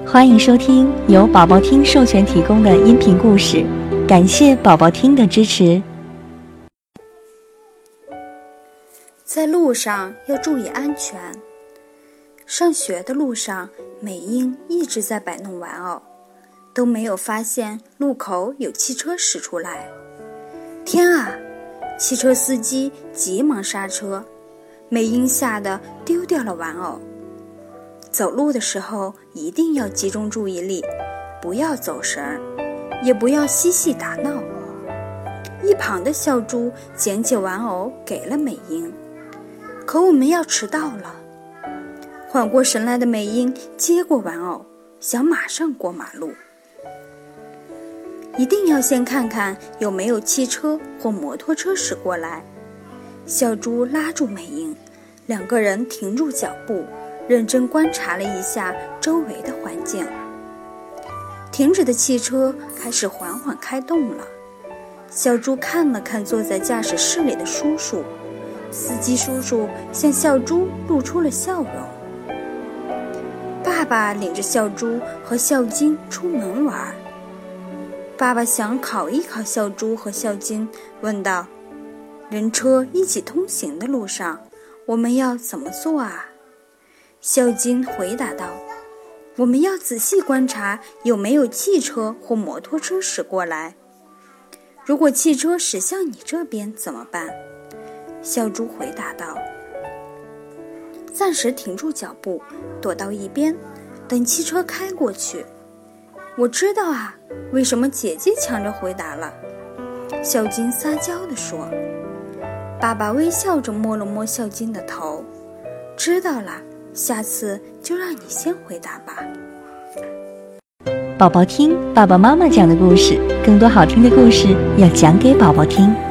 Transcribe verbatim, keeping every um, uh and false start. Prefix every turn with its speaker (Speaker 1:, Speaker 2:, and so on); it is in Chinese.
Speaker 1: 欢迎收听由宝宝听授权提供的音频故事，感谢宝宝听的支持。
Speaker 2: 在路上要注意安全。上学的路上，美英一直在摆弄玩偶，都没有发现路口有汽车驶出来。天啊！汽车司机急忙刹车，美英吓得丢掉了玩偶。走路的时候一定要集中注意力，不要走神，也不要嬉戏打闹。一旁的小猪捡起玩偶给了美英，可我们要迟到了。缓过神来的美英接过玩偶，想马上过马路。一定要先看看有没有汽车或摩托车驶过来。小猪拉住美英，两个人停住脚步，认真观察了一下周围的环境。停止的汽车开始缓缓开动了。小猪看了看坐在驾驶室里的叔叔，司机叔叔向小猪露出了笑容。爸爸领着小猪和小金出门玩。爸爸想考一考小猪和小金，问道：人车一起通行的路上，我们要怎么做啊？小金回答道：我们要仔细观察有没有汽车或摩托车驶过来。如果汽车驶向你这边怎么办？小猪回答道：暂时停住脚步，躲到一边，等汽车开过去。我知道啊，为什么姐姐抢着回答了？小金撒娇地说。爸爸微笑着摸了摸小金的头，知道了，下次就让你先回答吧。
Speaker 1: 宝宝听爸爸妈妈讲的故事，更多好听的故事要讲给宝宝听。